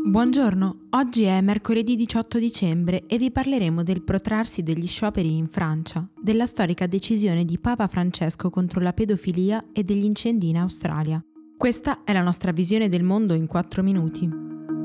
Buongiorno, oggi è mercoledì 18 dicembre e vi parleremo del protrarsi degli scioperi in Francia, della storica decisione di Papa Francesco contro la pedofilia e degli incendi in Australia. Questa è la nostra visione del mondo in 4 minuti.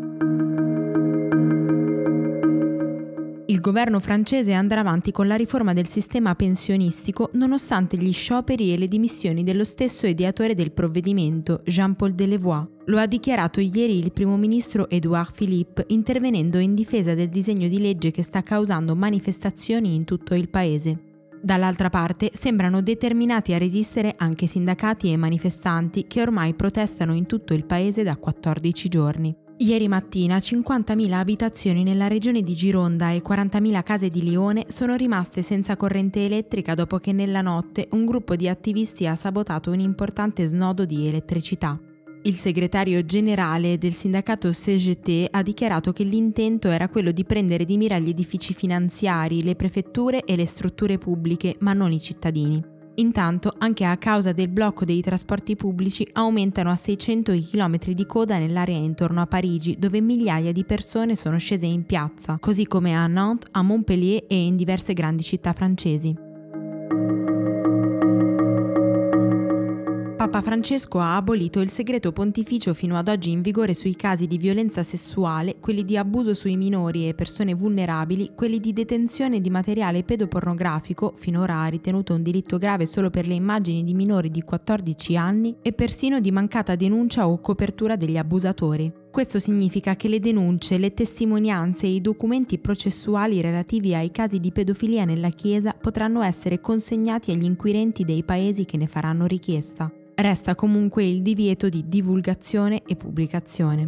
Il governo francese andrà avanti con la riforma del sistema pensionistico nonostante gli scioperi e le dimissioni dello stesso ideatore del provvedimento, Jean-Paul Delevoye. Lo ha dichiarato ieri il primo ministro Édouard Philippe intervenendo in difesa del disegno di legge che sta causando manifestazioni in tutto il paese. Dall'altra parte sembrano determinati a resistere anche sindacati e manifestanti che ormai protestano in tutto il paese da 14 giorni. Ieri mattina 50.000 abitazioni nella regione di Gironda e 40.000 case di Lione sono rimaste senza corrente elettrica dopo che nella notte un gruppo di attivisti ha sabotato un importante snodo di elettricità. Il segretario generale del sindacato CGT ha dichiarato che l'intento era quello di prendere di mira gli edifici finanziari, le prefetture e le strutture pubbliche, ma non i cittadini. Intanto, anche a causa del blocco dei trasporti pubblici, aumentano a 600 i chilometri di coda nell'area intorno a Parigi, dove migliaia di persone sono scese in piazza, così come a Nantes, a Montpellier e in diverse grandi città francesi. Papa Francesco ha abolito il segreto pontificio fino ad oggi in vigore sui casi di violenza sessuale, quelli di abuso sui minori e persone vulnerabili, quelli di detenzione di materiale pedopornografico, finora ritenuto un delitto grave solo per le immagini di minori di 14 anni, e persino di mancata denuncia o copertura degli abusatori. Questo significa che le denunce, le testimonianze e i documenti processuali relativi ai casi di pedofilia nella Chiesa potranno essere consegnati agli inquirenti dei paesi che ne faranno richiesta. Resta comunque il divieto di divulgazione e pubblicazione.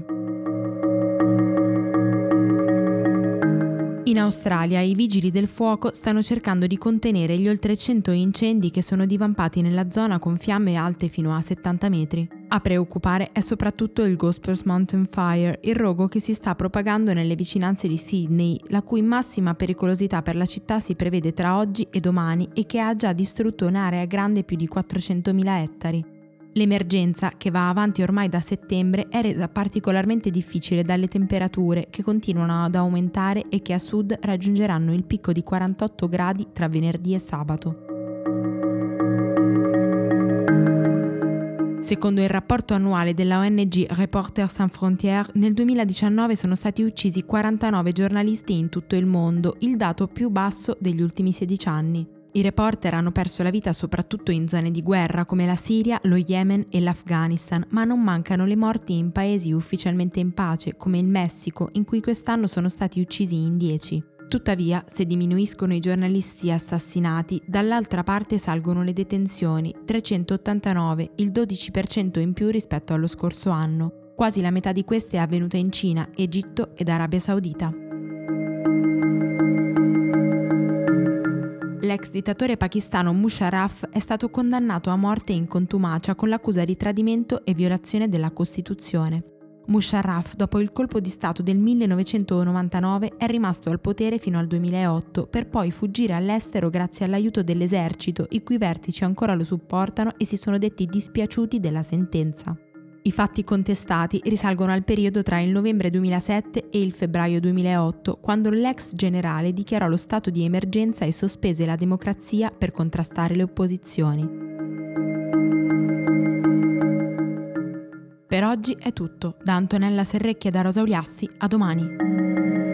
In Australia i vigili del fuoco stanno cercando di contenere gli oltre 100 incendi che sono divampati nella zona con fiamme alte fino a 70 metri. A preoccupare è soprattutto il Gospers Mountain Fire, il rogo che si sta propagando nelle vicinanze di Sydney, la cui massima pericolosità per la città si prevede tra oggi e domani e che ha già distrutto un'area grande più di 400.000 ettari. L'emergenza, che va avanti ormai da settembre, è resa particolarmente difficile dalle temperature che continuano ad aumentare e che a sud raggiungeranno il picco di 48 gradi tra venerdì e sabato. Secondo il rapporto annuale della ONG Reporters Sans Frontières, nel 2019 sono stati uccisi 49 giornalisti in tutto il mondo, il dato più basso degli ultimi 16 anni. I reporter hanno perso la vita soprattutto in zone di guerra come la Siria, lo Yemen e l'Afghanistan, ma non mancano le morti in paesi ufficialmente in pace come il Messico, in cui quest'anno sono stati uccisi in 10. Tuttavia, se diminuiscono i giornalisti assassinati, dall'altra parte salgono le detenzioni, 389, il 12% in più rispetto allo scorso anno. Quasi la metà di queste è avvenuta in Cina, Egitto ed Arabia Saudita. L'ex dittatore pakistano Musharraf è stato condannato a morte in contumacia con l'accusa di tradimento e violazione della Costituzione. Musharraf, dopo il colpo di Stato del 1999, è rimasto al potere fino al 2008 per poi fuggire all'estero grazie all'aiuto dell'esercito, i cui vertici ancora lo supportano e si sono detti dispiaciuti della sentenza. I fatti contestati risalgono al periodo tra il novembre 2007 e il febbraio 2008, quando l'ex generale dichiarò lo stato di emergenza e sospese la democrazia per contrastare le opposizioni. Per oggi è tutto. Da Antonella Serrecchia e da Rosa Uliassi, a domani.